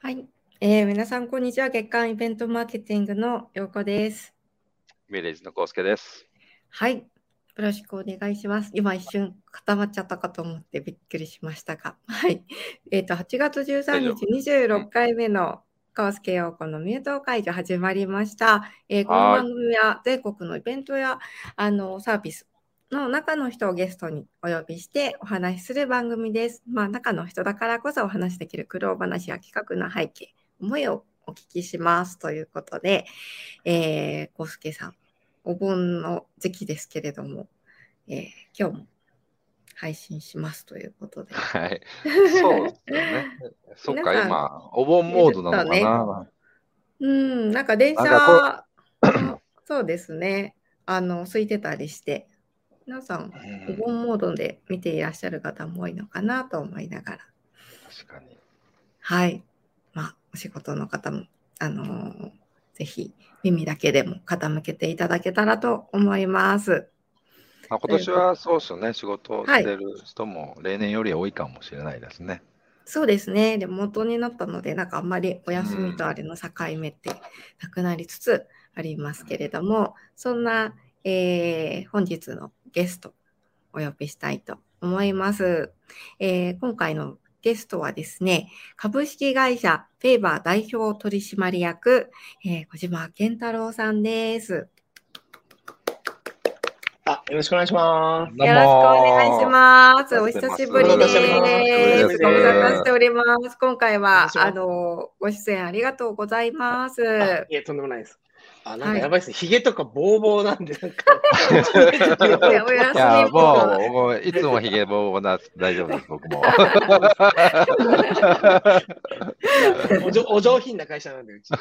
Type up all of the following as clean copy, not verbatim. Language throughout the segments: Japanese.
はい、皆さん、こんにちは。月間イベントマーケティングのようこです。 ミレージのコウスケです。 はい、よろしくお願いします。今一瞬固まっちゃったかと思ってびっくりしましたが、はい。8月13日、 大丈夫。 26回目のコウスケようこのミュート解除始まりました。この番はい。 組は全国のイベントやサービスの中の人をゲストにお呼びしてお話しする番組です。中の人だからこそお話しできる苦労話や企画の背景、思いをお聞きしますということで、コウスケさん、お盆の時期ですけれども、今日も配信しますということで。 はい。そうですよね。そっか、 皆さん、 今、お盆ちょっモードなのかとね、 な。 なんか電なんかこ車もそうですね、空いてたりして、皆さん、おれ、 盆モードで見ていらっしゃる方も多いのかなと思いながら。 確かに。 はい。お仕事の方も、ぜひ耳だけでも傾けていただけたらと思います。 今ということ年はそうですよね。仕事をはい。 してる人も例年より多いかもしれないですね。 そうですね。リモートになったので、なんかあんまりおう休みとあん。 れの境目ってなくなりつつありますけれども、そんな、本日のゲストお呼びしたいと思います。今回のゲストはですね、株式会社フェイバー代表取締役、小島健太郎さんです。 よろしくお願いしまどうす。 よろしくお願いしもます。お久やってます。 しぶりお久しぶりです。 久しぶりです。 です。 久しぶりご無沙汰してです。 おります。今回お願いは、 します。 ご出演ありがとうございます。 いえ、とんでもないです。なんはい。 かやばいですね。ヒゲとかボーボーなんで、なんか、初めて言われおてます。 休みいや、 も。 もう、いつもヒゲボーボーな、大丈夫です、僕も。 お上品な会社なんで、うち。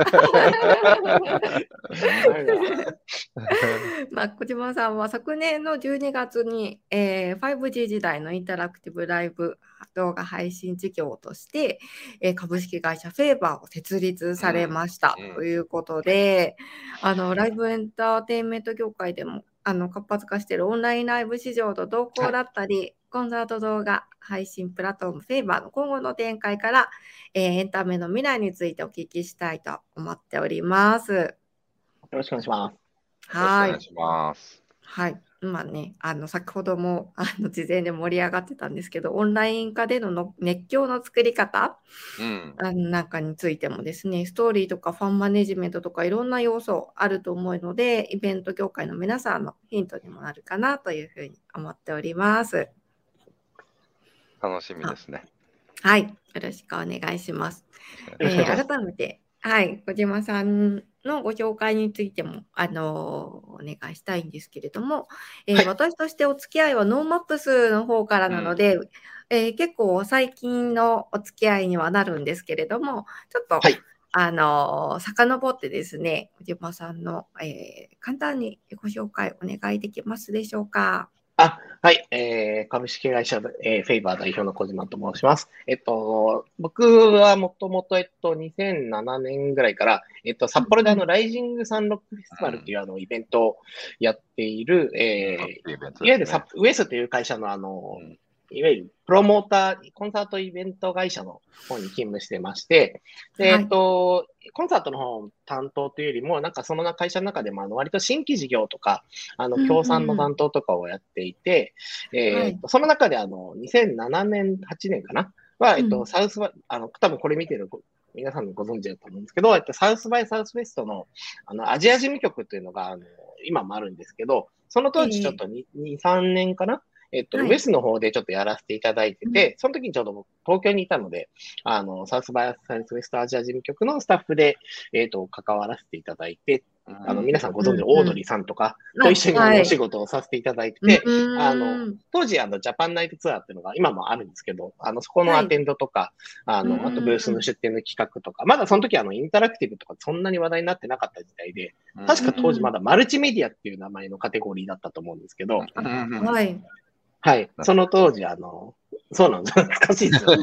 小島さんは昨年の12月に、5G 時代のインタラクティブライブ動画配信事業として、株式会社フェーバーを設立されましたということで、ライブエンターテインメント業界でも活発化しているオンラインライブ市場の動向だったり、コンサート動画配信プラットフォームフェーバーの今後の展開から、エンタメの未来についてお聞きしたいと思っております。 よろしくお願いします。 よろしくおはい。 願いします。 はい。今ね、先ほども、事前で盛り上がってたんですけど、オンライン化での熱狂の作り方、 うん。 なんかについてもですね、ストーリーとかファンマネジメントとかいろんな要素あると思うので、イベント業界の皆さんのヒントにもなるかなというふうに思っております。 楽しみですね。 はい。よろしくお願いします。 よろしくお願いします。 改めて、はい、小島さんのご紹介についても、お願いしたいんですけれども、 はい。 私としてお付き合いはノーマップスの方からなので、結構最近のお付き合いにはなるんですけれども、ちょっと、 はい。 遡ってですね、小島さんの、簡単にご紹介お願いできますでしょうか。 はい。株式会社、フェイバー代表の小島と申します。僕はもともと、2007年ぐらいから、札幌でライジングサンロックフェスティバルっていうイベントをやっている、いわゆるウエスという会社のいわゆるプロモーター、コンサートイベント会社の方に勤務してまして、で、 はい。 コンサートの方担当というよりも、なんかその会社の中でも割と新規事業とか、協賛の担当とかをやっていて、 はい。 その中で2007年、8年かなは、サウスバイ、多分これ見てる皆さんもご存知だと思うんですけど、サウスバイサウスウェストの、アジア事務局というのが、今もあるんですけど、その当時ちょっと2、3年かなウエスの方でちょっとやらせていただいてて、その時にちょうど僕東京にいたので、サウスバイサウスウェストアジア事務局のスタッフで、関わらせていただいて、皆さんご存知のオードリーさんとかと一緒にお仕事をさせていただいてて、当時ジャパンナイトツアーっていうのが今もあるんですけど、そこのアテンドとか、あとブースの出展の企画とか、まだその時インタラクティブとかそんなに話題になってなかった時代で、確か当時まだマルチメディアっていう名前のカテゴリーだったと思うんですけど、 はい。 はい。その当時、そうなんです。懐かしいですよね。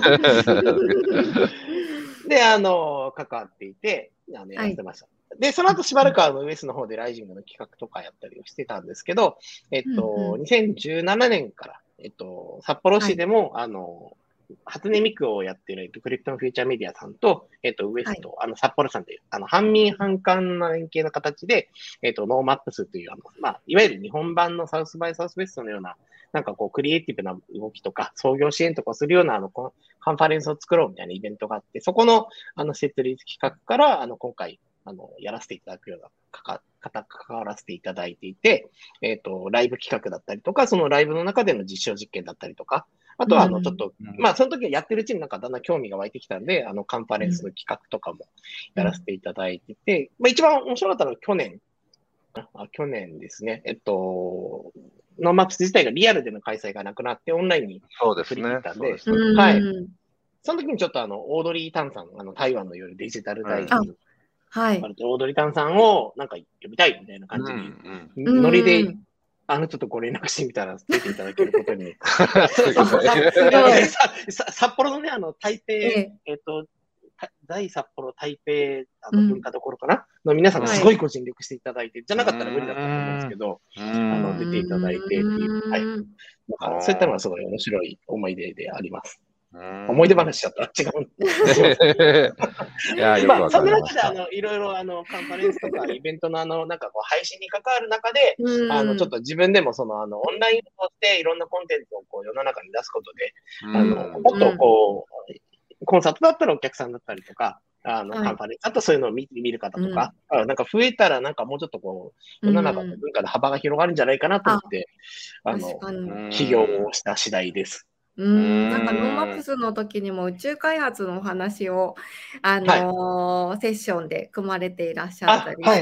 で、関わっていて、やらせてました。で、その後しばらくウエスの方でライジングの企画とかやったりをしてたんですけど、2017年から、札幌市でも、 初音ミクをやってる、クリプトンフューチャーメディアさんと、ウエスト、札幌さんという、半民半官な連携の形で、ノーマップスという、いわゆる日本版のサウスバイサウスウェストのような、なんかこう、クリエイティブな動きとか、創業支援とかするような、カンファレンスを作ろうみたいなイベントがあって、そこの、設立企画から、今回、やらせていただくような関わらせていただいていて、ライブ企画だったりとか、そのライブの中での実証実験だったりとか、あとは、ちょっと、その時はやってるうちになんかだんだん興味が湧いてきたんで、カンファレンスの企画とかもやらせていただいてて、一番面白かったのは去年ですね。ノーマップス自体がリアルでの開催がなくなって、オンラインに振り切ったんで、はい。その時にちょっとオードリー・タンさん、台湾の夜デジタル大臣、 はい。 オードリー・タンさんをなんか呼びたいみたいな感じに、ノリで、ちょっとご連絡してみたら出ていただけることに。札幌のね、台北、在札幌台北文化どころかなの皆さんがすごいご尽力していただいて、じゃなかったら無理だったと思うんですけど、出ていただいてっていう、はい。なんかそういったのがすごい面白い思い出であります。思い出話しちゃった。違う。 いや、よくわそのかりました。 中でいろいろカンファレンスとかイベントのなんかこう配信に関わる中で、ちょっと自分でもオンラインとしていろんなコンテンツをこう世の中に出すことで、もっとこう、コンサートだったらお客さんだったりとか、カンファレンスだとそういうのを見る方とか、なんか増えたらなんかもうちょっとこう、世の中の文化の幅が広がるんじゃないかなと思って、起業をした次第です。 なんかノーマップスの時にも宇宙開発のお話を、セッションで組まれていらっしゃったりして、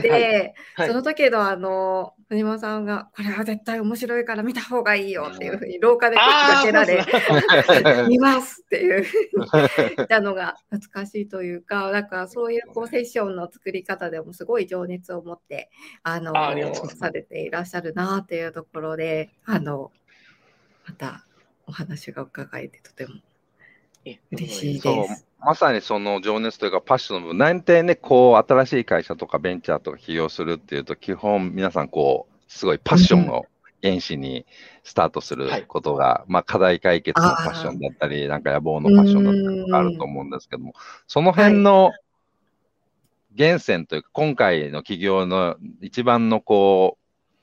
その時の藤間さんが、これは絶対面白いから見た方がいいよっていうふうに廊下で声かけられ、見ますっていうふうに言ったのが懐かしいというか、だからそういうこうセッションの作り方でもすごい情熱を持ってされていらっしゃるなっていうところで、またお話が伺えてとても嬉しいです。 まさにその情熱というかパッションの部分、大体ね、こう新しい会社とかベンチャーとか起業するっていうと、基本皆さんこう、すごいパッションを原資にスタートすることが、課題解決のパッションだったり、なんか野望のパッションだったりとかあると思うんですけども、その辺の源泉というか、今回の起業の一番のこ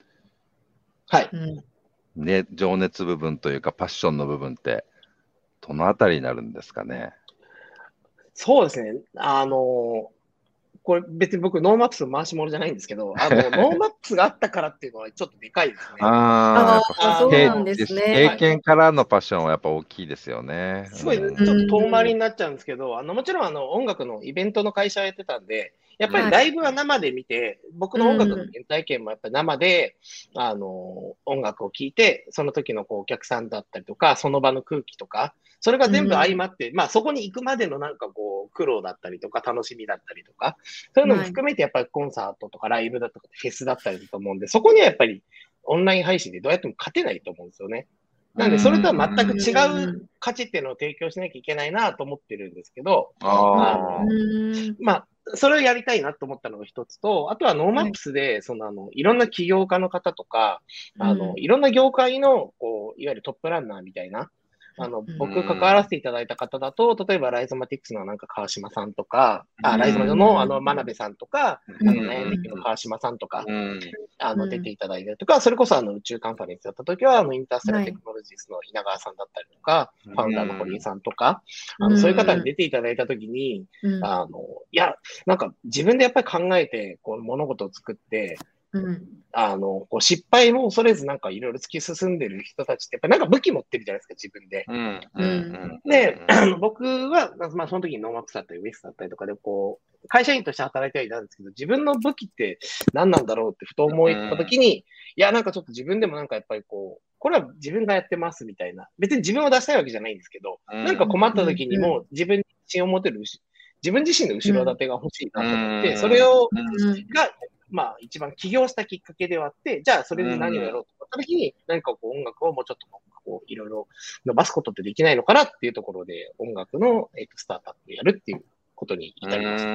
う、ね、情熱部分というかパッションの部分ってどのあたりになるんですかね。 そうですね。これ別に僕ノーマップスの回し物じゃないんですけど、ノーマップスがあったからっていうのはちょっとでかいですね。 そうなんですね。 経験からのパッションはやっぱ大きいですよね。 すごいちょっと遠回りになっちゃうんですけど、もちろん音楽のイベントの会社をやってたんで、やっぱりライブは生で見て、僕の音楽の原体験もやっぱり生で、音楽を聴いて、その時のこうお客さんだったりとか、その場の空気とか、それが全部相まって、そこに行くまでのなんかこう苦労だったりとか、楽しみだったりとか、そういうのも含めてやっぱりコンサートとかライブだとかフェスだったりだと思うんで、そこにはやっぱりオンライン配信でどうやっても勝てないと思うんですよね。なんで、それとは全く違う価値っていうのを提供しなきゃいけないなと思ってるんですけど、それをやりたいなと思ったのが一つと、あとはノーマップスで、いろんな起業家の方とか、いろんな業界の、こう、いわゆるトップランナーみたいな、僕関わらせていただいた方だと、例えばライゾマティクスのなんか川島さんとか、ライゾマの真鍋さんとか、悩んできの川島さんとか、出ていただいたりとか、それこそ宇宙カンファレンスだった時は、インターステラテクノロジーズの稲川さんだったりとか、ファウンダーの堀井さんとか、そういう方に出ていただいた時に、いや、なんか自分でやっぱり考えて、こう物事を作って、こう失敗も恐れずなんかいろいろ突き進んでる人たちって、やっぱりなんか武器持ってるじゃないですか、自分で。で、僕は、その時にノーマップスだったり、ウエストだったりとかで、こう、会社員として働いてはいたんですけど、自分の武器って何なんだろうってふと思った時に、いや、なんかちょっと自分でもなんかやっぱりこう、これは自分がやってますみたいな。別に自分を出したいわけじゃないんですけど、なんか困った時にも自分に自信を持てる、自分自身の後ろ盾が欲しいなと思って、それを、一番起業したきっかけではあって、じゃあそれで何をやろうと思った時に、何かこう音楽をもうちょっとこういろいろ伸ばすことってできないのかなっていうところで、音楽のスタートアップをやるっていうことに至りました。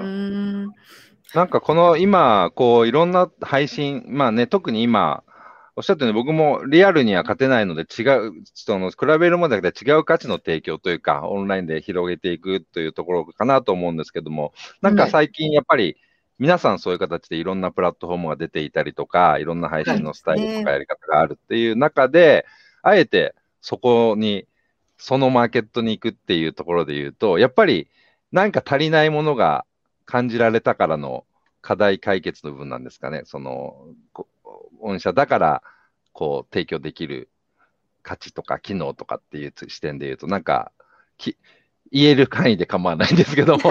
なんかこの今、こういろんな配信、特に今、 おっしゃったように僕もリアルには勝てないので違う、比べるものだけで違う価値の提供というか、オンラインで広げていくというところかなと思うんですけども、なんか最近やっぱり皆さんそういう形でいろんなプラットフォームが出ていたりとか、いろんな配信のスタイルとかやり方があるっていう中で、あえてそこに、そのマーケットに行くっていうところで言うと、やっぱりなんか足りないものが感じられたからの課題解決の部分なんですかね。御社だから、提供できる価値とか機能とかっていう視点で言うと、なんか、言える範囲で構わないんですけども。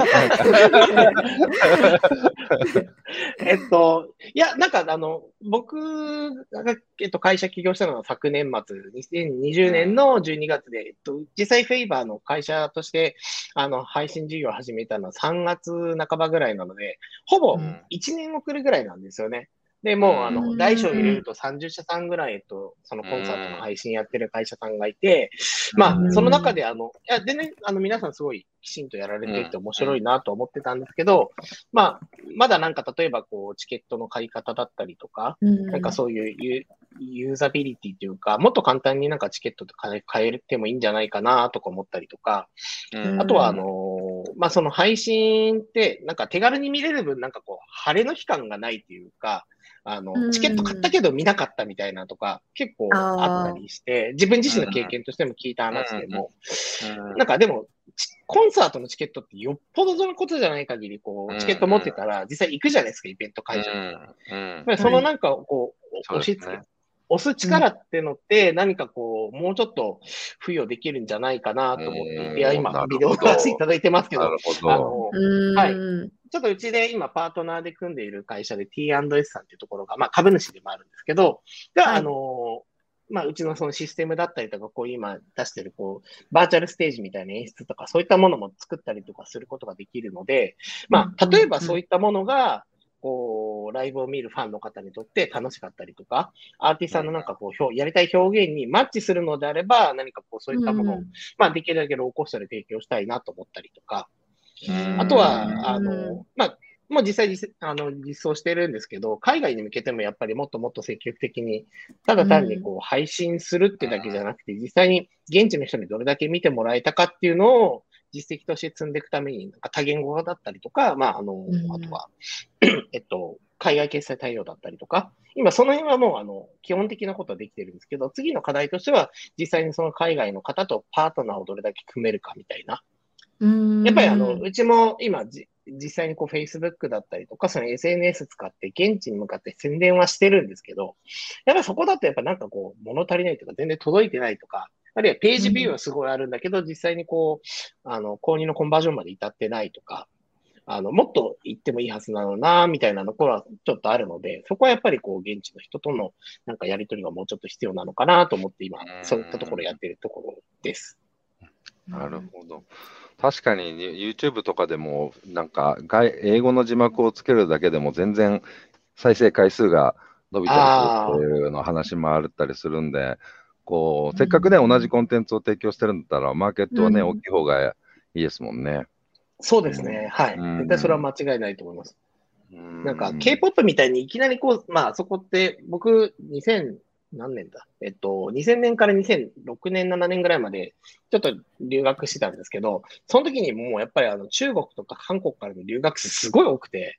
いや、なんか、僕が、会社起業したのは昨年末、2020年の12月で、実際フェイバーの会社として、配信事業を始めたのは3月半ばぐらいなので、ほぼ1年遅れぐらいなんですよね。で、もう、大小入れると30社さんぐらいそのコンサートの配信やってる会社さんがいて、まあ、その中で、全然、皆さんすごいきちんとやられていて面白いなと思ってたんですけど、まあ、まだなんか例えば、チケットの買い方だったりとか、なんかそういうユーザビリティというか、もっと簡単になんかチケットで買えてもいいんじゃないかなとか思ったりとか、あとは、まあ、その配信って、なんか手軽に見れる分、なんか晴れの期間がないというか、チケット買ったけど見なかったみたいなとか、結構あったりして、自分自身の経験としても聞いた話でも、なんかでも、コンサートのチケットってよっぽどそのことじゃない限り、チケット持ってたら、実際行くじゃないですか、イベント会場に。そのなんか、押す力ってのって、何かもうちょっと付与できるんじゃないかなと思っていて、今、ビデオを出していただいてますけど、はい。ちょっとうちで今パートナーで組んでいる会社で T&S さんっていうところが、まあ株主でもあるんですけど、が、まあうちのそのシステムだったりとか、今出してるバーチャルステージみたいな演出とか、そういったものも作ったりとかすることができるので、まあ例えばそういったものが、ライブを見るファンの方にとって楽しかったりとか、アーティストさんのなんかやりたい表現にマッチするのであれば、何かそういったものを、まあできるだけローコストで提供したいなと思ったりとか、あとは、まあ、もう実際実装してるんですけど、海外に向けてもやっぱりもっともっと積極的に、ただ単に配信するってだけじゃなくて、実際に現地の人にどれだけ見てもらえたかっていうのを実績として積んでいくために、なんか多言語化だったりとか、まあ、あとは、海外決済対応だったりとか、今その辺はもう基本的なことはできてるんですけど、次の課題としては、実際にその海外の方とパートナーをどれだけ組めるかみたいな。やっぱりうちも今実際にFacebook だったりとか、その SNS 使って現地に向かって宣伝はしてるんですけど、やっぱりそこだとやっぱなんか物足りないとか、全然届いてないとか、あるいはページビューはすごいあるんだけど、実際に購入のコンバージョンまで至ってないとか、もっと言ってもいいはずなのな、みたいなところはちょっとあるので、そこはやっぱり現地の人とのなんかやりとりがもうちょっと必要なのかなと思って今、そういったところやってるところです。 なるほど。確かに YouTube とかでも、なんか英語の字幕をつけるだけでも全然再生回数が伸びたりするっていうの話もあったりするんで、せっかくね、同じコンテンツを提供してるんだったら、マーケットはね、大きい方がいいですもんね。 そうですね。はい。絶対それは間違いないと思います。なんか K-POP みたいにいきなりまあそこって僕何年だ2000年から2006年、7年ぐらいまでちょっと留学してたんですけど、その時にもうやっぱり中国とか韓国からの留学生すごい多くて。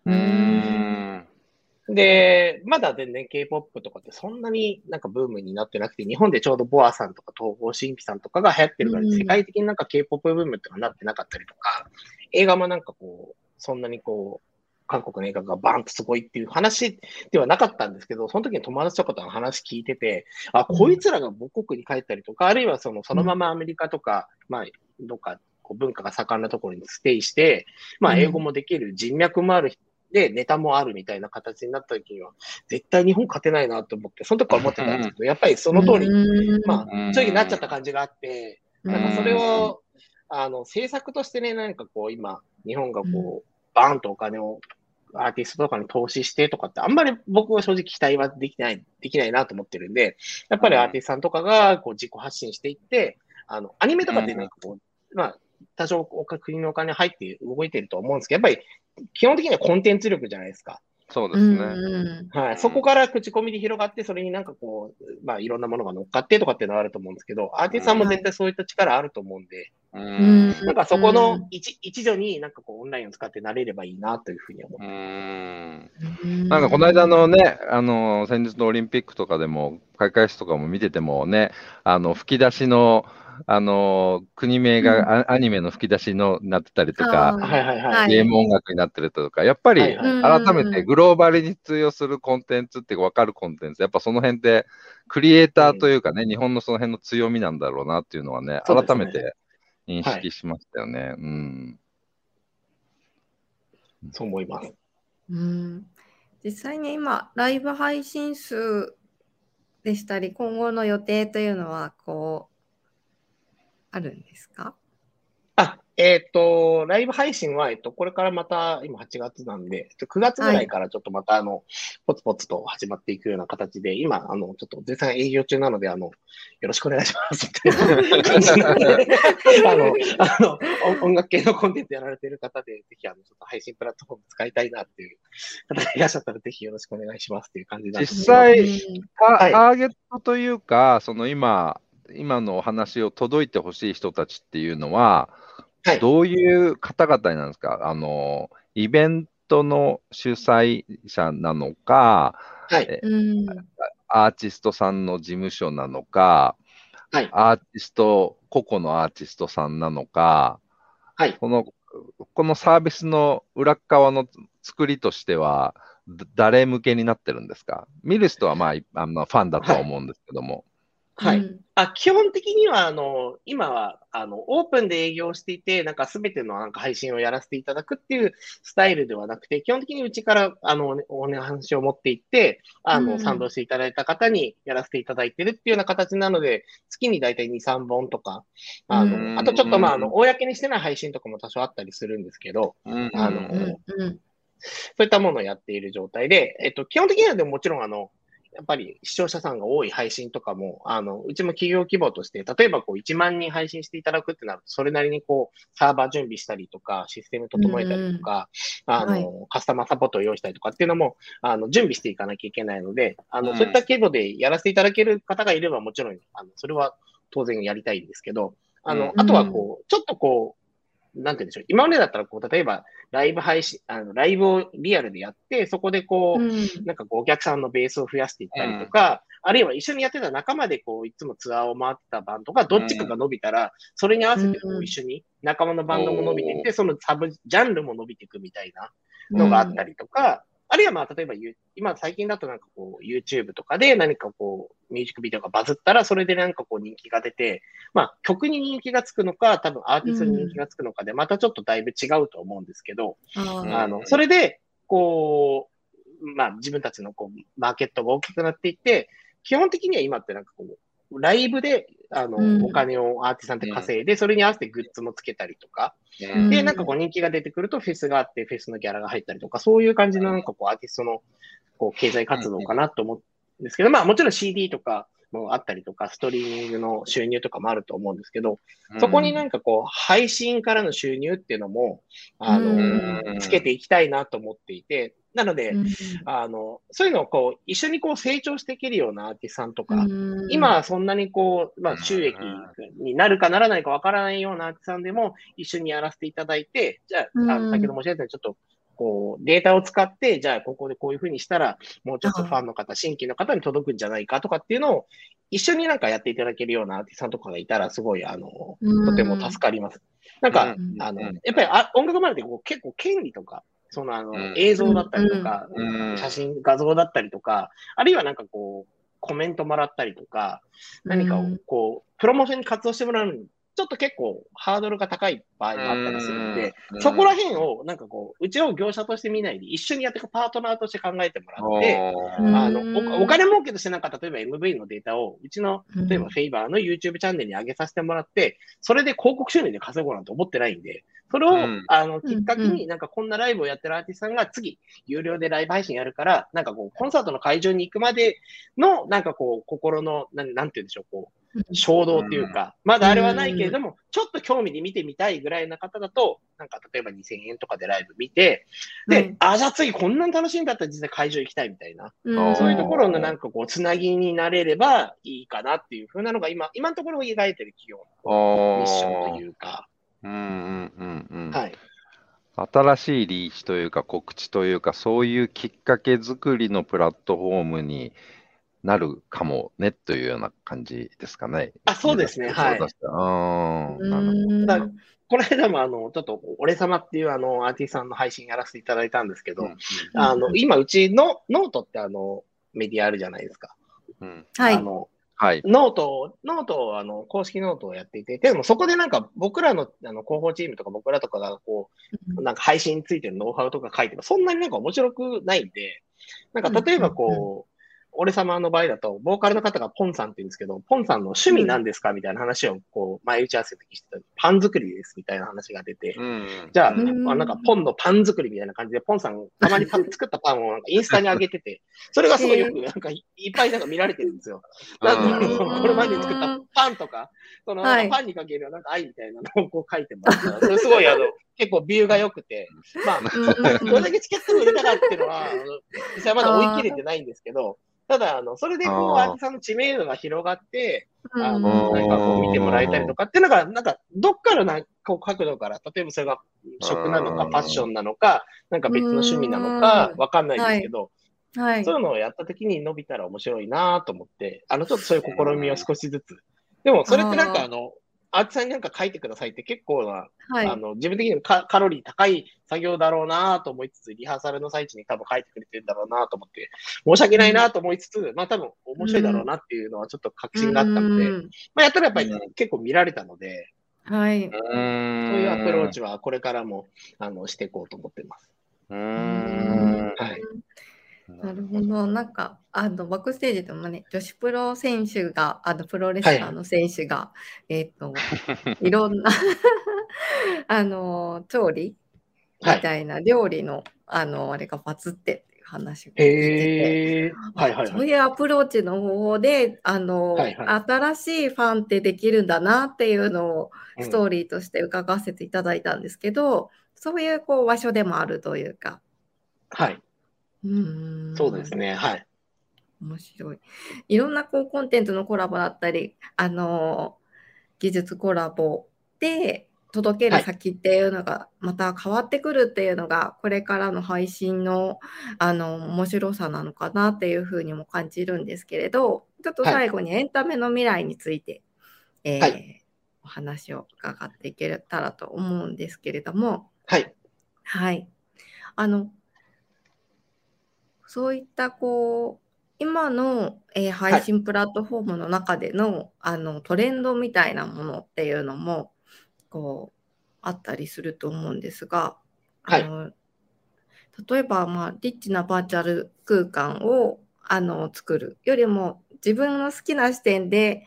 で、まだ全然 K-POP とかってそんなになんかブームになってなくて、日本でちょうどボアさんとか東方神起さんとかが流行ってるから、世界的になんか K-POP ブームってのはなってなかったりとか、映画もなんかそんなに韓国の映画がバーンとすごいっていう話ではなかったんですけど、その時に友達とかとの話聞いてて、あ、こいつらが母国に帰ったりとか、あるいはそのままアメリカとか、まあ、どっか文化が盛んなところにステイして、まあ、英語もできる、人脈もある、で、ネタもあるみたいな形になった時には、絶対日本勝てないなと思って、その時から思ってたんですけど、やっぱりその通り、まあ、正直なっちゃった感じがあって、なんかそれを、政策としてね、何か今、日本がバーンとお金をアーティストとかに投資してとかって、あんまり僕は正直期待はできないなと思ってるんで、やっぱりアーティストさんとかが自己発信していって、アニメとかってなんかまあ、多少国のお金入って動いてると思うんですけど、やっぱり基本的にはコンテンツ力じゃないですか。 そうですね。 はい。そこから口コミで広がって、それになんかこう、まあいろんなものが乗っかってとかっていうのはあると思うんですけど、アーティストさんも絶対そういった力あると思うんで、なんかそこの一助になんかこうオンラインを使ってなれればいいなというふうに思ってます。 なんかこの間のね、先日のオリンピックとかでも、開会式とかも見ててもね、吹き出しの、国名がアニメの吹き出しのなってたりとか、ゲーム音楽になってるとか、やっぱり改めてグローバルに通用するコンテンツって分かるコンテンツ、やっぱその辺でクリエイターというかね、日本のその辺の強みなんだろうなっていうのはね、改めて認識しましたよね。 そう思います。 実際に今、ライブ配信数でしたり、今後の予定というのは、こう、あるんですか？ ライブ配信は、これからまた、今8月なんで、9月ぐらいからちょっとまた、ポツポツと始まっていくような形で、今、ちょっと絶賛営業中なので、よろしくお願いします、みたいな感じなので、音楽系のコンテンツやられている方で、ぜひ、ちょっと配信プラットフォーム使いたいなっていう方がいらっしゃったら、ぜひよろしくお願いしますっていう感じなんですけど。 実際、ターゲットというか、その今のお話を届いてほしい人たちっていうのは、どういう方々なんですか？イベントの主催者なのか、アーティストさんの事務所なのか、アーティスト、個々のアーティストさんなのか、このサービスの裏側の作りとしては、誰向けになってるんですか？見る人はまあ、ファンだとは思うんですけども。 基本的には、今は、オープンで営業していて、なんかすべてのなんか配信をやらせていただくっていうスタイルではなくて、基本的にうちから、お話を持っていって、賛同していただいた方にやらせていただいてるっていうような形なので、月にだいたい2、3本とか、あとちょっとまあ、公にしてない配信とかも多少あったりするんですけど、そういったものをやっている状態で、基本的にはでももちろんやっぱり視聴者さんが多い配信とかも、うちも企業規模として、例えばこう1万人配信していただくってなると、それなりにこう、サーバー準備したりとか、システム整えたりとか、カスタマーサポートを用意したりとかっていうのも、準備していかなきゃいけないので、そういった規模でやらせていただける方がいれば、もちろん、それは当然やりたいんですけど、あとはこう、ちょっとこう、なんて言うんでしょう。今までだったら、こう、例えば、ライブ配信、ライブをリアルでやって、そこでこう、なんかこう、お客さんのベースを増やしていったりとか、あるいは一緒にやってた仲間でこう、いつもツアーを回ってたバンドが、どっちかが伸びたら、それに合わせてこう、一緒に仲間のバンドも伸びていって、そのサブジャンルも伸びていくみたいなのがあったりとか、あるいはまあ、例えば、今最近だとなんかこう、YouTube とかで何かこう、ミュージックビデオがバズったら、それでなんかこう人気が出て、まあ、曲に人気がつくのか、多分アーティストに人気がつくのかで、またちょっとだいぶ違うと思うんですけど、それで、こう、まあ、自分たちのこう、マーケットが大きくなっていって、基本的には今ってなんかこう、ライブで、お金をアーティストさんって稼いで、それに合わせてグッズもつけたりとか、で、なんかこう人気が出てくるとフェスがあって、フェスのギャラが入ったりとか、そういう感じのなんかこうアーティストのこう経済活動かなと思うんですけど、まあもちろん CD とかもあったりとか、ストリーミングの収入とかもあると思うんですけど、そこになんかこう配信からの収入っていうのも、つけていきたいなと思っていて、なので、そういうのをこう、一緒にこう成長していけるようなアーティストさんとか、今はそんなにこう、まあ収益になるかならないかわからないようなアーティストさんでも一緒にやらせていただいて、じゃあ、先ほど申し上げたようにちょっと、こう、データを使って、じゃあ、ここでこういうふうにしたら、もうちょっとファンの方、新規の方に届くんじゃないかとかっていうのを、一緒になんかやっていただけるようなアーティストさんとかがいたら、すごい、とても助かります。なんか、やっぱり音楽周りでこう結構権利とか、その映像だったりとか、写真、画像だったりとか、あるいはなんかこう、コメントもらったりとか、何かをこう、プロモーションに活動してもらうのに、ちょっと結構ハードルが高い場合もあったりするので、そこら辺をなんかこう、うちを業者として見ないで一緒にやっていくパートナーとして考えてもらって、お金儲けとしてなんか例えば MV のデータをうちの、例えばフェイバーの YouTube チャンネルに上げさせてもらって、それで広告収入で稼ごうなんて思ってないんで、それを、きっかけになんかこんなライブをやってるアーティストさんが次、有料でライブ配信やるから、なんかこう、コンサートの会場に行くまでの、なんかこう、心の、なんて言うんでしょう、こう、 衝動っていうか、まだあれはないけれども、ちょっと興味で見てみたいぐらいな方だと、なんか例えば2000円とかでライブ見て、で、じゃあ次こんなに楽しいんだったら実際会場行きたいみたいな、そういうところのなんかこう、つなぎになれればいいかなっていう風なのが今のところ描いてる企業のミッションというか、 はい。新しいリーチというか告知というか、そういうきっかけ作りのプラットフォームになるかもねというような感じですかね。 そうですね。はい。 なるほど。 この間もちょっと俺様っていうアーティストさんの配信やらせていただいたんですけど、今うちのノートってメディアあるじゃないですか。 はい。 ノート公式ノートをやっていて、でもそこでなんか僕らの広報チームとか僕らとかがこう、なんか配信についてるノウハウとか書いても、そんなになんか面白くないんで、なんか例えばこう、俺様の場合だと、ボーカルの方がポンさんって言うんですけど、ポンさんの趣味なんですかみたいな話をこう、前打ち合わせの時してたパン作りですみたいな話が出て、じゃあ、なんかポンのパン作りみたいな感じで、ポンさんたまに作ったパンをなんかインスタに上げてて、それがすごいよくなんかいっぱいなんか見られてるんですよ。なんかこれまでに作ったパンとか、そのパンにかけるなんか愛みたいなのをこう書いてもらって、それすごい結構ビューが良くて、まあ、どれだけチケットを入れたかっていうのは、実際まだ追い切れてないんですけど、ただ、それでこう、アーティストさんの知名度が広がって、なんかこう見てもらえたりとかっていうのが、なんか、どっからこう角度から、例えばそれが食なのか、ファッションなのか、なんか別の趣味なのか、わかんないですけど、そういうのをやった時に伸びたら面白いなと思って、ちょっとそういう試みを少しずつ。でも、それってなんかアーティストさんになんか書いてくださいって結構な、自分的にもカロリー高い作業だろうなと思いつつ、リハーサルの最中に多分書いてくれてるんだろうなと思って、申し訳ないなと思いつつ、まあ多分面白いだろうなっていうのはちょっと確信があったので、まあやったらやっぱり結構見られたので、 はい。 そういうアプローチはこれからもしていこうと思ってます。はい。 なるほど。なんか、バックステージでもね、女子プロ選手が、プロレスラーの選手が、いろんな調理みたいな料理の、あれがバズってっていう話を聞いてて、そういうアプローチの方法で、新しいファンってできるんだなっていうのをストーリーとして伺わせていただいたんですけど、そういうこう場所でもあるというか。 はい。そうですね。はい。 面白い。いろんなこうコンテンツのコラボだったり、技術コラボで届ける先っていうのがまた変わってくるっていうのが、これからの配信の面白さなのかなっていうふうにも感じるんですけれど、ちょっと最後にエンタメの未来について、お話を伺っていけたらと思うんですけれども、 はい。 はい。そういったこう今の、配信プラットフォームの中での、トレンドみたいなものっていうのもこうあったりすると思うんですが、例えば、リッチなバーチャル空間を作るよりも自分の好きな視点で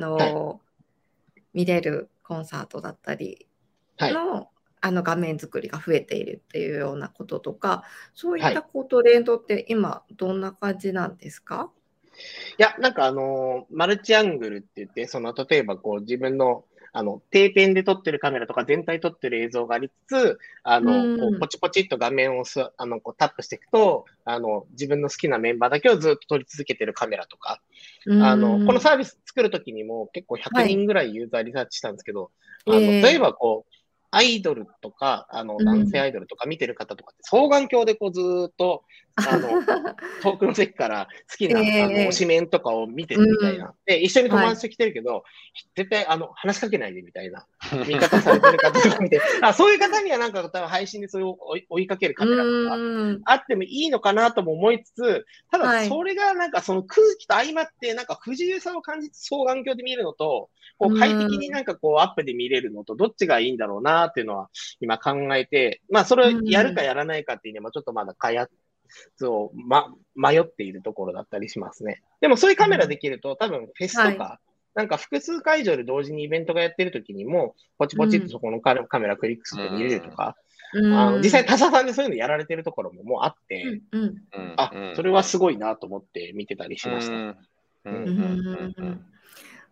見れるコンサートだったりの、画面作りが増えているっていうようなこととか、そういったトレンドって今どんな感じなんですか？ いや、なんかマルチアングルって言って、例えばこう自分の定点で撮ってるカメラとか全体撮ってる映像がありつつ、こうポチポチっと画面をこうタップしていくと、自分の好きなメンバーだけをずっと撮り続けてるカメラとか、このサービス作るときにも結構100人ぐらいユーザーリサーチしたんですけど、例えばこう、アイドルとか、男性アイドルとか見てる方とかって、双眼鏡でこうずーっと、遠くの席から好きな、推しメンとかを見てるみたいな。で、一緒に友達と来てるけど、絶対、話しかけないでみたいな、見方されてる方とか見て、そういう方にはなんか多分配信でそれを追いかけるカメラとか、あってもいいのかなとも思いつつ、ただ、それがなんかその空気と相まって、なんか不自由さを感じて双眼鏡で見るのと、こう快適になんかこうアップで見れるのとどっちがいいんだろうなっていうのは今考えて、それをやるかやらないかっていうのはちょっとまだ開発を、迷っているところだったりしますね。でもそういうカメラできると多分フェスとか、なんか複数会場で同時にイベントがやってる時にも、ポチポチってそこのカメラクリックすると見れるとか、実際他社さんでそういうのやられてるところももうあって、それはすごいなと思って見てたりしました。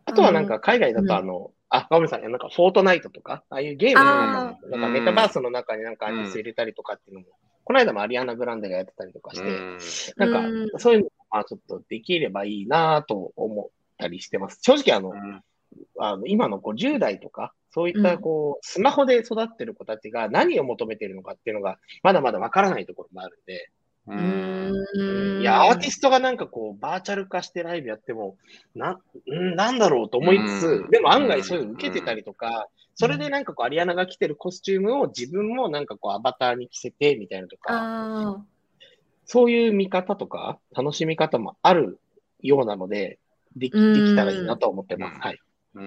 あとはなんか海外だとごめんなさい、なんかフォートナイトとか、ああいうゲームの中も、なんかメタバースの中になんかアーティスト入れたりとかっていうのも、この間もアリアナ・グランデがやってたりとかして、なんかそういうのがちょっとできればいいなと思ったりしてます。正直今の10代とか、そういったスマホで育ってる子たちが何を求めているのかっていうのが、まだまだわからないところもあるんで、いや、アーティストがなんかバーチャル化してライブやっても、なんだろうと思いつつ、でも案外そういうの受けてたりとか、それでなんかアリアナが着てるコスチュームを自分もなんかアバターに着せてみたいなとか、そういう見方とか、楽しみ方もあるようなので、できたらいいなと思ってます。はい。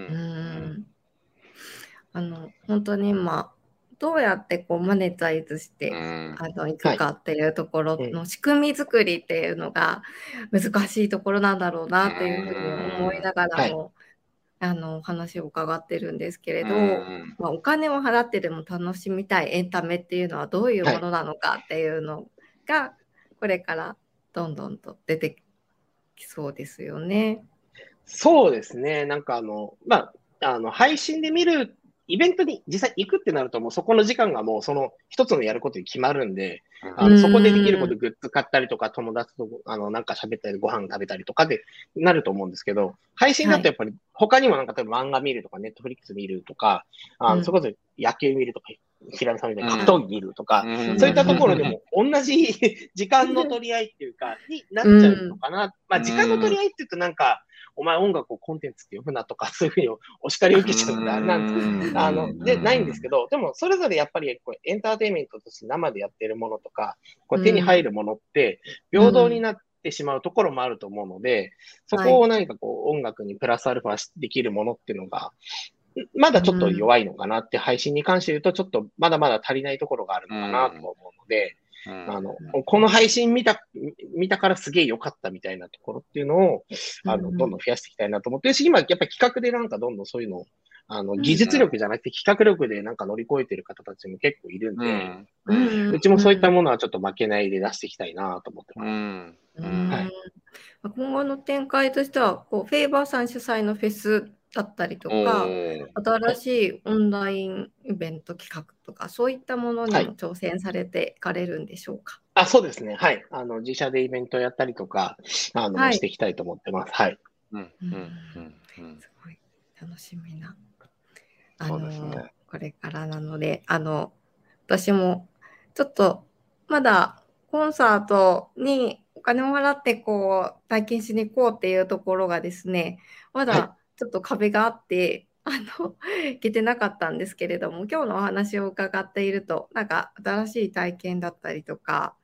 本当に今、どうやってマネタイズしていくかっていうところの仕組み作りっていうのが難しいところなんだろうなっていうふうに思いながらも、お話を伺ってるんですけれど、お金を払ってでも楽しみたいエンタメっていうのはどういうものなのかっていうのが、これからどんどんと出てきそうですよね。 そうですね。なんか配信で見るイベントに実際行くってなると、もうそこの時間がもうその一つのやることに決まるんで、そこでできることグッズ買ったりとか、友達となんか喋ったり、ご飯食べたりとかでなると思うんですけど、配信だとやっぱり他にもなんか例えば漫画見るとか、ネットフリックス見るとか、それこそ野球見るとか、平野さんみたいに格闘技見るとか、そういったところでも同じ時間の取り合いっていうか、になっちゃうのかな。まあ時間の取り合いって言うとなんか、お前音楽をコンテンツって呼ぶなとか、そういうふうにお叱りを受けちゃうんで、あれなんですで、ないんですけど、でもそれぞれやっぱりエンターテインメントとして生でやってるものとか、手に入るものって平等になってしまうところもあると思うので、そこを何か音楽にプラスアルファできるものっていうのが、まだちょっと弱いのかなって、配信に関して言うと、ちょっとまだまだ足りないところがあるのかなと思うので、この配信見たからすげえ良かったみたいなところっていうのを、どんどん増やしていきたいなと思ってるし、今やっぱり企画でなんかどんどんそういうのを、技術力じゃなくて企画力でなんか乗り越えてる方たちも結構いるんで、うちもそういったものはちょっと負けないで出していきたいなと思ってます。 今後の展開としては、フェイバーさん主催のフェスだったりとか、新しいオンラインイベント企画とか、そういったものにも挑戦されていかれるんでしょうか。 そうですね。はい。自社でイベントやったりとか、していきたいと思ってます。はい。 すごい楽しみな、これからなので、私もちょっとまだコンサートにお金を払って体験しに行こうっていうところがですね、まだちょっと壁があって、行けてなかったんですけれども、今日のお話を伺っていると、なんか新しい体験だったりとか、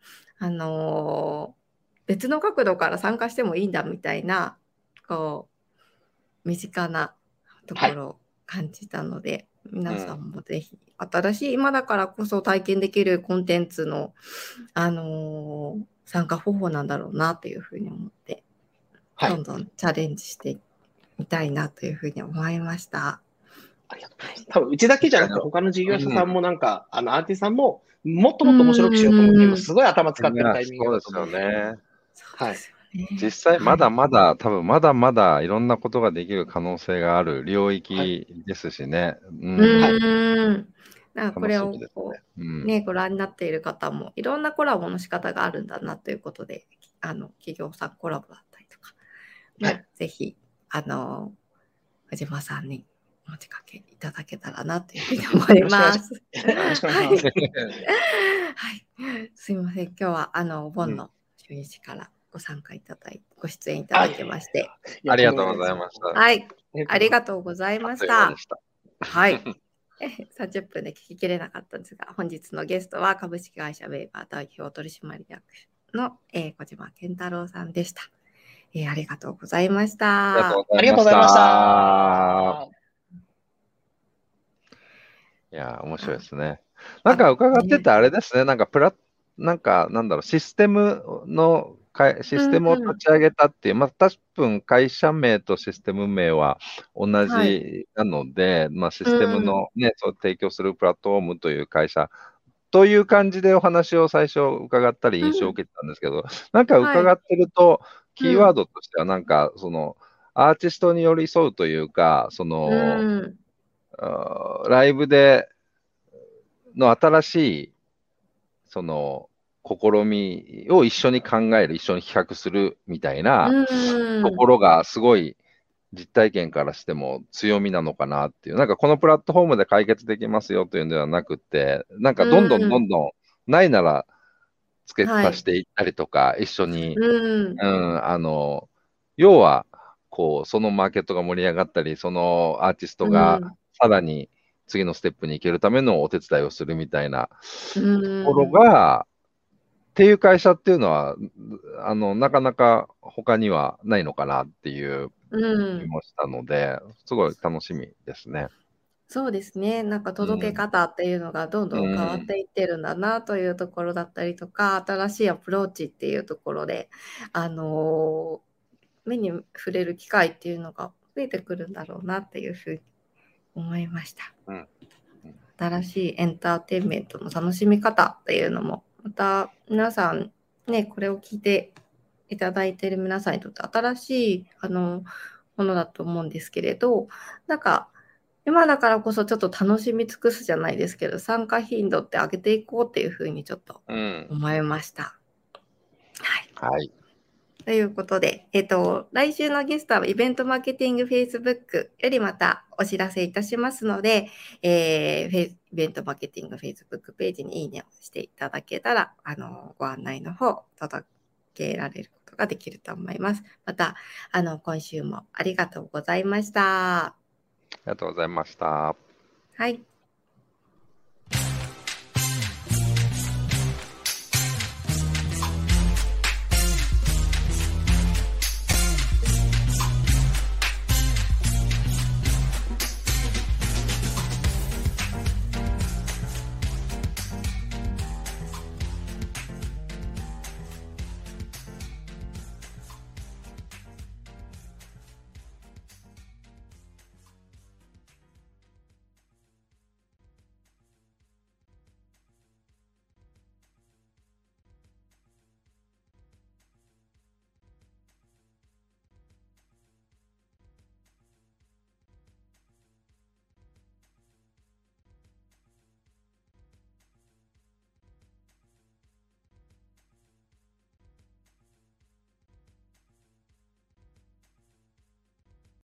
別の角度から参加してもいいんだみたいな、身近なところを感じたので、皆さんもぜひ、新しい今だからこそ体験できるコンテンツの、参加方法なんだろうなというふうに思って、どんどんチャレンジしてみたいなというふうに思いました。 ありがとうございます。多分うちだけじゃなくて他の事業者さんもなんか、アーティストさんももっともっと面白くしようと思って今すごい頭使ってるタイミングだと思うんですよね。 はい。実際まだまだ多分まだまだいろんなことができる可能性がある領域ですしね。 なんかこれをご覧になっている方もいろんなコラボの仕方があるんだなということで、企業さんコラボだったりとか、ぜひ小島さんにお持ちかけいただけたらなというふうに思います。よろしくお願いします。はい、すみません、今日はお盆の初日からご参加いただいて、ご出演いただきまして、 ありがとうございました。 はい、ありがとうございました。はい。30分で聞ききれなかったんですが、本日のゲストは株式会社ウェイバー代表取締役の小島健太郎さんでした。ありがとうございました。 ありがとうございました。 いや、面白いですね。なんか伺っててあれですね、なんかなんだろう、システムを立ち上げたっていう、多分会社名とシステム名は同じなので、システムのね、そう提供するプラットフォームという会社という感じでお話を最初伺ったり印象を受けてたんですけど、なんか伺ってると、キーワードとしてはなんかアーティストに寄り添うというか、ライブでの新しい、試みを一緒に考える、一緒に企画するみたいなところがすごい実体験からしても強みなのかなっていう。なんかこのプラットフォームで解決できますよというのではなくて、なんかどんどんないなら付け足していったりとか、一緒に、要は、そのマーケットが盛り上がったり、そのアーティストがさらに次のステップに行けるためのお手伝いをするみたいなところが、っていう会社っていうのは、なかなか他にはないのかなっていう気もしたので、すごい楽しみですね。 そうですね。なんか届け方っていうのがどんどん変わっていってるんだなというところだったりとか、新しいアプローチっていうところで、目に触れる機会っていうのが増えてくるんだろうなっていうふうに思いました。新しいエンターテインメントの楽しみ方っていうのも、また皆さんね、これを聞いていただいている皆さんにとって新しいものだと思うんですけれど、なんか今だからこそちょっと楽しみ尽くすじゃないですけど、参加頻度って上げていこうっていうふうにちょっと思いました。 はい。 ということで、来週のゲストはイベントマーケティング Facebook よりまたお知らせいたしますので、イベントマーケティング Facebook ページにいいねをしていただけたら、ご案内の方届けられることができると思います。また、今週もありがとうございました。 ありがとうございました。 はい。